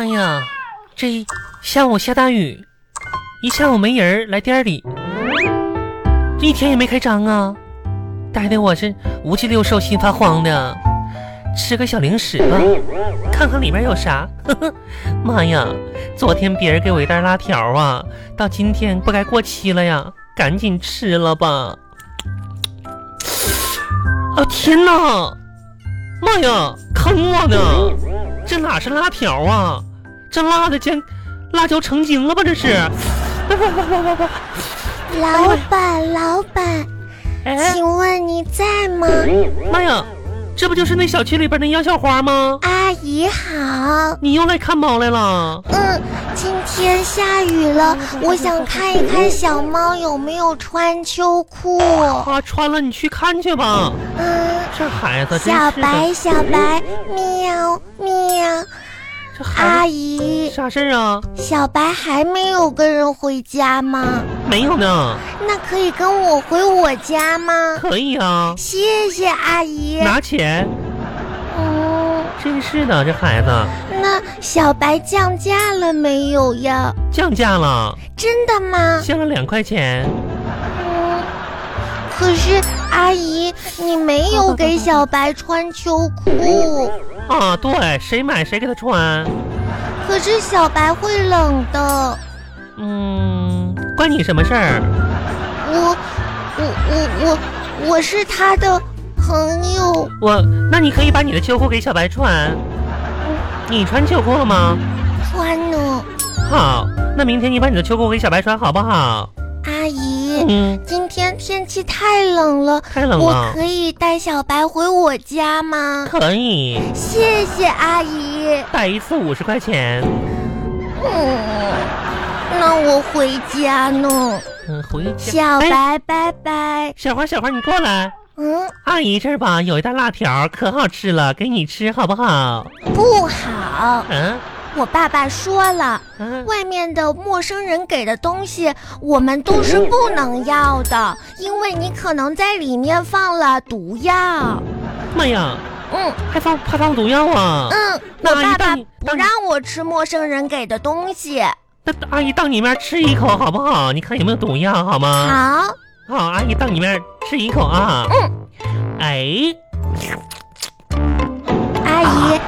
呀，这下午下大雨，一下午没人来店里，这一天也没开张啊，待得我是无鸡六兽心发慌的。吃个小零食吧，看看里面有啥。呵呵，妈呀，昨天别人给我一袋辣条啊，到今天不该过期了呀，赶紧吃了吧。哦天哪，妈呀，坑我呢！这哪是辣条啊，这辣的见辣椒成精了吧？这是。 老板，请问你在吗？ 妈呀，这不就是那小区里边那杨小花吗？ 阿姨好。 你又来看猫来了？ 今天下雨了，我想看一看小猫有没有穿秋裤。 穿了你去看去吧。这孩子小白，喵喵。阿姨， 啥事啊？ 小白还没有跟人回家吗？ 没有呢。 那可以跟我回我家吗？ 可以啊。 谢谢阿姨。 拿钱。真是的，这孩子。 那小白降价了没有呀？ 降价了。真的吗？ 降了2块钱。 可是阿姨，你没有给小白穿秋裤。 对，谁买谁给他穿。 可是小白会冷的。 关你什么事儿？ 我是他的朋友。 那你可以把你的秋裤给小白穿。你穿秋裤了吗？ 穿呢。 好，那明天你把你的秋裤给小白穿好不好？ 阿姨，今天天气太冷了，我可以带小白回我家吗？ 可以。 谢谢阿姨。 带一次50块钱。 那我回家呢。 回家。 小白拜拜。 小花你过来。阿姨这儿吧有一袋辣条，可好吃了，给你吃好不好？ 不好。我爸爸说了，外面的陌生人给的东西我们都是不能要的，因为你可能在里面放了毒药。 妈呀，还放毒药啊？ 我爸爸不让我吃陌生人给的东西。 那阿姨当你面吃一口好不好？你看有没有毒药好吗？好，阿姨当你面吃一口啊。 阿姨。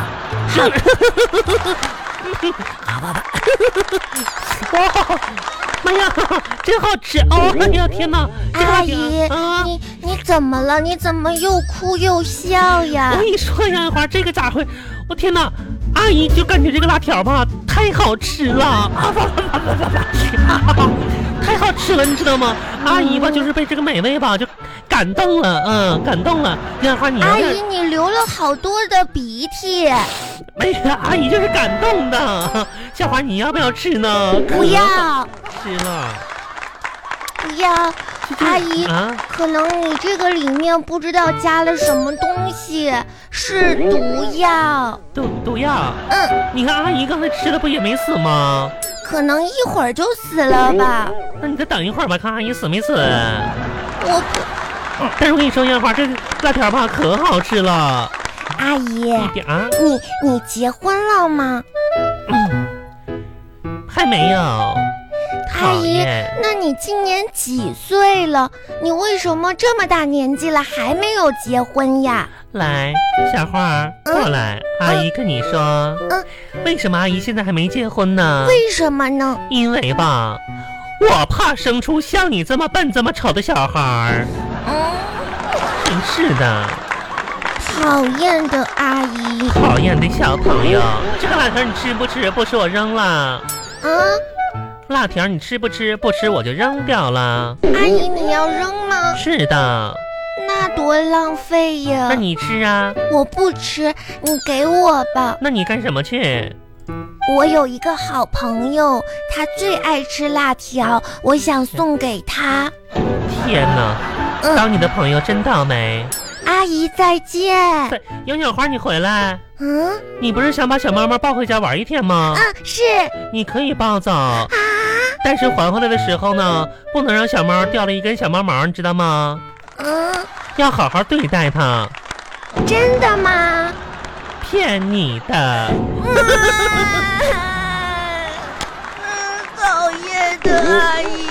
哇，妈呀，真好吃哦！哎呀，天哪！ 阿姨，你怎么了？你怎么又哭又笑呀？ 我跟你说，杨花，这个咋会？我天哪！阿姨就感觉这个辣条吧，太好吃了，太好吃了，你知道吗？阿姨吧，就是被这个美味吧，就感动了，感动了。杨花， 阿姨，你流了好多的鼻涕。 没事，阿姨就是感动的。小花，你要不要吃呢？ 不要。 吃了。 不要。阿姨，可能你这个里面不知道加了什么东西，是毒药。 毒药？你看阿姨刚才吃的不也没死吗？ 可能一会儿就死了吧。 那你再等一会儿吧，看阿姨死没死。但是我跟你说，杨花，这辣条吧可好吃了。 阿姨，你结婚了吗？ 还没有。 阿姨，那你今年几岁了？你为什么这么大年纪了还没有结婚呀？ 来，小花过来，阿姨跟你说，为什么阿姨现在还没结婚呢？ 为什么呢？ 因为吧，我怕生出像你这么笨这么丑的小孩。真是的。 讨厌的阿姨， 讨厌的小朋友，这个辣条你吃不吃？不吃我扔了。辣条你吃不吃？不吃我就扔掉了。 阿姨，你要扔吗？ 是的。 那多浪费呀。 那你吃啊。 我不吃，你给我吧。 那你干什么去？ 我有一个好朋友，他最爱吃辣条，我想送给他。 天哪，当你的朋友真倒霉。 阿姨再见。 杨小花，你回来。你不是想把小猫猫抱回家玩一天吗？ 是。 你可以抱走但是还回来的时候呢，不能让小猫掉了一根小毛毛，你知道吗？要好好对待它。 真的吗？ 骗你的。 讨厌的阿姨。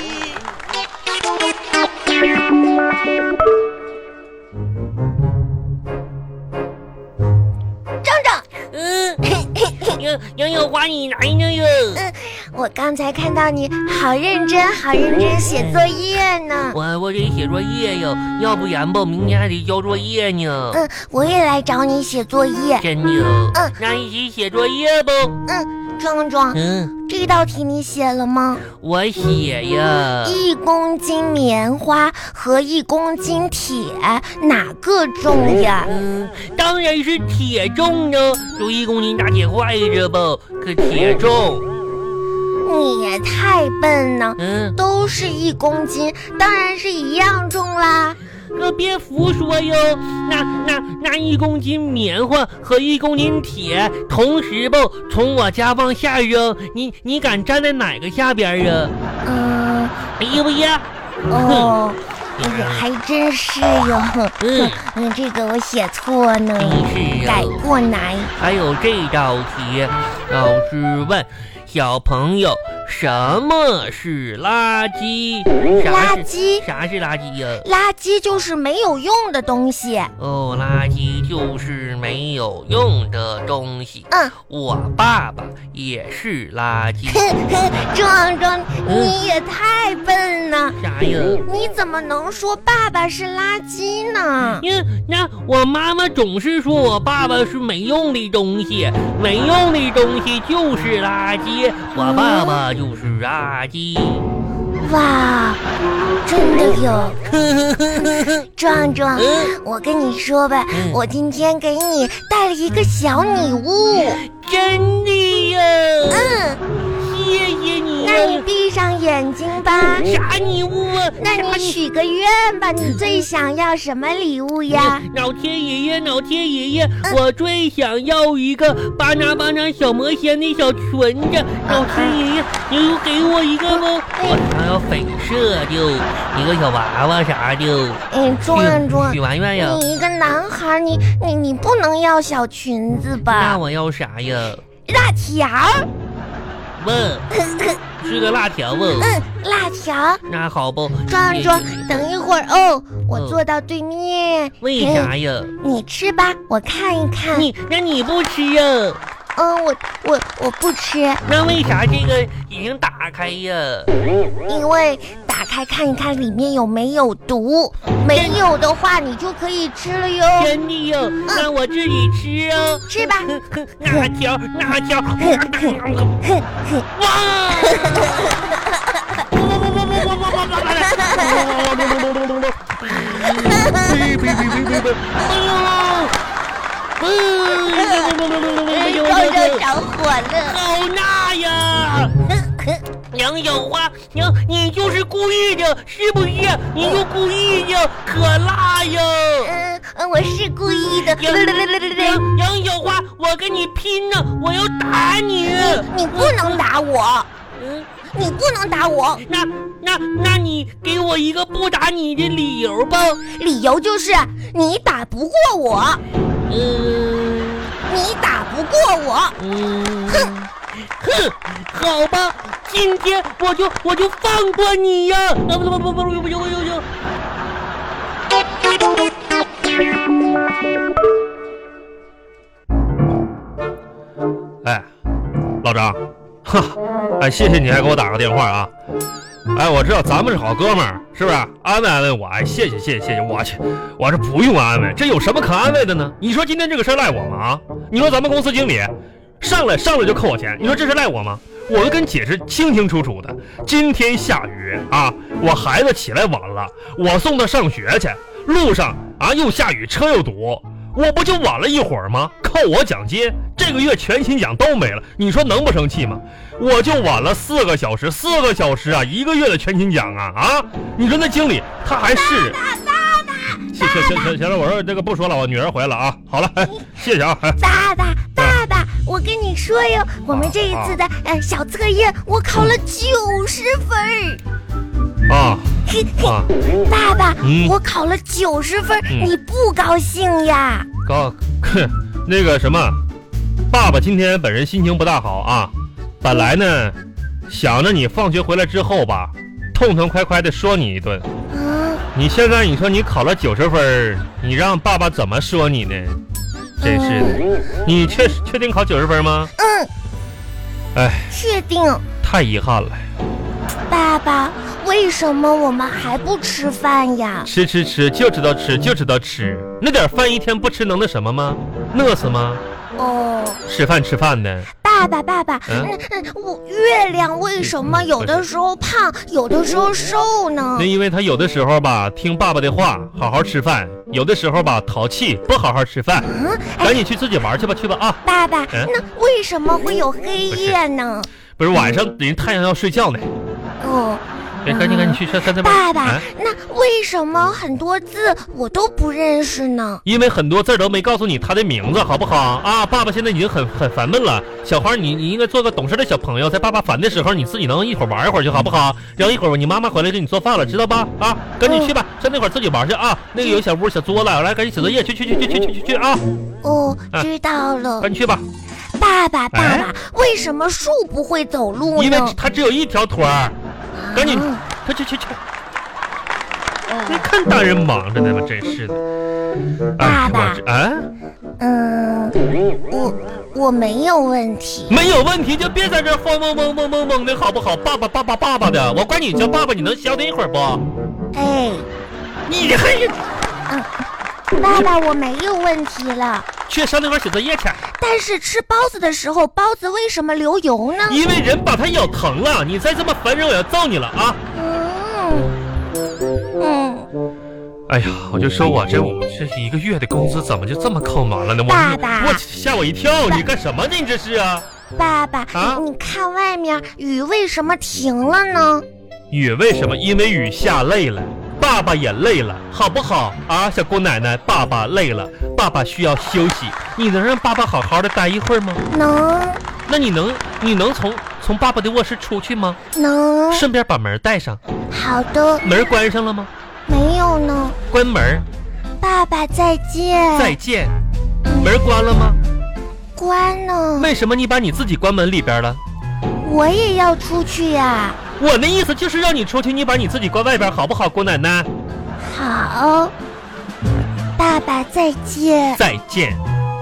杨小花，你来呢哟？ 我刚才看到你好认真写作业呢。 我得写作业哟，要不然吧，明天还得交作业呢。 我也来找你写作业。 真的？那一起写作业不？ 壮壮，这道题你写了吗？ 我写呀。 1公斤棉花和1公斤铁，哪个重呀？ 当然是铁重呢，就1公斤大铁坏着吧，可铁重。 你也太笨了，都是1公斤，当然是一样重啦。 可别胡说哟，那1公斤棉花和1公斤铁同时吧从我家往下扔，你敢站在哪个下边啊？要不要？ 还真是哟。这个我写错呢，改过来。 还有这道题，老师问小朋友，什么是垃圾？ 垃圾？ 啥是垃圾呀？ 垃圾就是没有用的东西。 垃圾就是没有用的东西。我爸爸也是垃圾。 壮壮，你也太笨了。 啥呀？ 你怎么能说爸爸是垃圾呢？ 那我妈妈总是说我爸爸是没用的东西，没用的东西就是垃圾，我爸爸就是垃圾。 哇，真的有。壮壮，我跟你说吧，我今天给你带了一个小礼物。 真的呀？谢谢你。 那你闭上眼睛吧。 啥礼物啊？ 那你许个愿吧，你最想要什么礼物呀？ 老天爷爷，我最想要一个巴拿小魔仙的小裙子。老天爷爷，你又给我一个不？我想要粉色的，一个小娃娃啥的。 壮壮， 许完愿呀。 你一个男孩，你不能要小裙子吧？ 那我要啥呀？ 辣条。 问。是个辣条不？ 辣条。 那好不？ 壮壮，等一会儿哦，我坐到对面。 为啥呀？ 你吃吧，我看一看。 那你不吃呀？ 我不吃。 那为啥这个已经打开呀？ 因为打开看一看里面有没有毒，没有的话你就可以吃了哟。 真的哟？那我自己吃啊。 吃吧。 辣条。哇！ 着火了， 好辣呀！杨小花，你就是故意的，是不是？你就故意的，可辣呀！ 我是故意的。 杨小花，我跟你拼呢，我要打你！ 你不能打我。你不能打我。 那你给我一个不打你的理由吧。 理由就是你打不过我。你打不过我。 哼，好吧，今天我就放过你呀！不。 哎，老张，谢谢你还给我打个电话啊！我知道咱们是好哥们儿，是不是？安慰我，谢谢，我去，我这不用安慰，这有什么可安慰的呢？你说今天这个事儿赖我吗？啊？你说咱们公司经理上来就扣我钱，你说这是赖我吗？我都跟解释清清楚楚的。今天下雨啊，我孩子起来晚了，我送他上学去，路上又下雨，车又堵，我不就晚了一会儿吗？扣我奖金，这个月全勤奖都没了，你说能不生气吗？我就晚了4个小时啊，1个月的全勤奖啊！你说那经理他还是行了，我说这个不说了，我女儿回来了啊，好了，谢谢啊。 爸爸，我跟你说哟，我们这一次的小测验我考了90分。爸爸，我考了90分，你不高兴呀？ 那个什么， 爸爸今天本人心情不大好啊，本来呢想着你放学回来之后吧，痛痛快快的说你一顿。你现在你说你考了90分，你让爸爸怎么说你呢？真是的，你确定考90分吗？哎， 确定。 太遗憾了。 爸爸，为什么我们还不吃饭呀？ 吃，就知道吃，就知道吃。那点饭一天不吃能那什么吗？饿死吗？吃饭的。 爸爸，我月亮为什么有的时候胖，有的时候瘦呢？ 那因为他有的时候吧听爸爸的话，好好吃饭；有的时候吧淘气，不好好吃饭。赶紧去自己玩去吧，去吧啊！ 爸爸，那为什么会有黑夜呢？ 不是晚上人太阳要睡觉呢。赶紧去上爸爸，那为什么很多字我都不认识呢？ 因为很多字都没告诉你他的名字，好不好啊？爸爸现在已经很烦闷了。小花，你应该做个懂事的小朋友，在爸爸烦的时候，你自己能一会儿玩一会儿去，好不好？然后一会儿你妈妈回来给你做饭了，知道吧？啊，赶紧去吧，上那会儿自己玩去啊。那个有小屋小桌了，来赶紧写作业去啊！ 知道了。 赶紧去吧。 爸爸，为什么树不会走路呢？ 因为它只有一条腿儿。赶紧，快去！你看大人忙着呢吧，真是的。 爸爸，我没有问题。 没有问题就别在这慌蒙的好不好？爸爸的，我管你叫爸爸，你能消停一会儿不？你还是爸爸，我没有问题了。 去上那块写作业去。 但是吃包子的时候，包子为什么流油呢？ 因为人把它咬疼了。你再这么烦人，我要揍你了啊！哎呀，我就说我这1个月的工资怎么就这么扣完了呢？ 爸爸， 我吓我一跳！你干什么呢？你这是啊？ 爸爸，你看外面雨为什么停了呢？ 雨为什么？因为雨下累了。爸爸也累了，好不好啊，小姑奶奶？爸爸累了，爸爸需要休息。你能让爸爸好好的待一会儿吗？ 能。 那你能从爸爸的卧室出去吗？ 能。 顺便把门带上。 好的。 门关上了吗？ 没有呢。 关门。 爸爸再见。 再见。门关了吗？ 关了。 为什么你把你自己关门里边了？ 我也要出去呀。 我的意思就是让你出去，你把你自己关外边，好不好，姑奶奶？ 好。爸爸再见。 再见。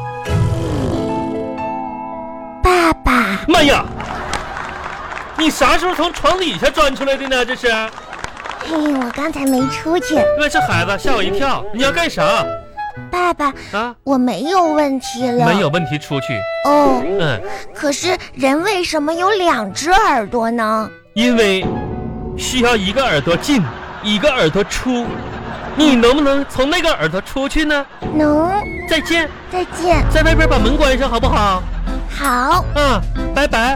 爸爸。 妈呀！你啥时候从床底下钻出来的呢？这是？ 我刚才没出去。 因为这孩子吓我一跳。你要干啥？ 爸爸啊，我没有问题了。 没有问题，出去。 可是人为什么有2只耳朵呢？ 因为需要一个耳朵进，一个耳朵出。你能不能从那个耳朵出去呢？ 能。 再见。 再见。 在外边把门关上，好不好？ 好。 拜拜。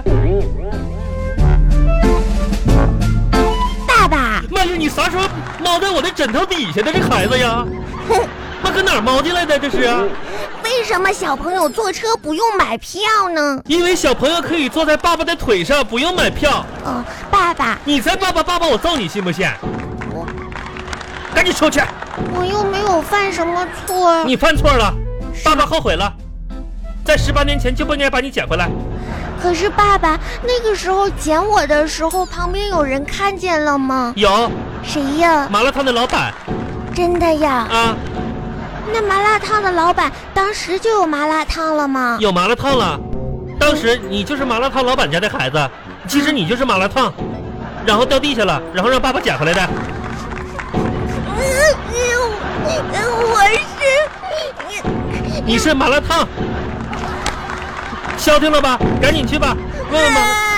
爸爸。 妈呀，你啥时候猫在我的枕头底下的这孩子呀？妈搁哪儿猫进来的这是？ 为什么小朋友坐车不用买票呢？ 因为小朋友可以坐在爸爸的腿上，不用买票。 爸爸， 你才爸爸，我揍你信不信？赶紧出去！ 我又没有犯什么错。 你犯错了，爸爸后悔了，在18年前就不应该把你捡回来。 可是爸爸，那个时候捡我的时候，旁边有人看见了吗？ 有。 谁呀？ 麻辣烫的老板。 真的呀？那麻辣烫的老板当时就有麻辣烫了吗？ 有麻辣烫了，当时你就是麻辣烫老板家的孩子，其实你就是麻辣烫，然后掉地下了，然后让爸爸捡回来的。你是麻辣烫，消停了吧？赶紧去吧，问问吧。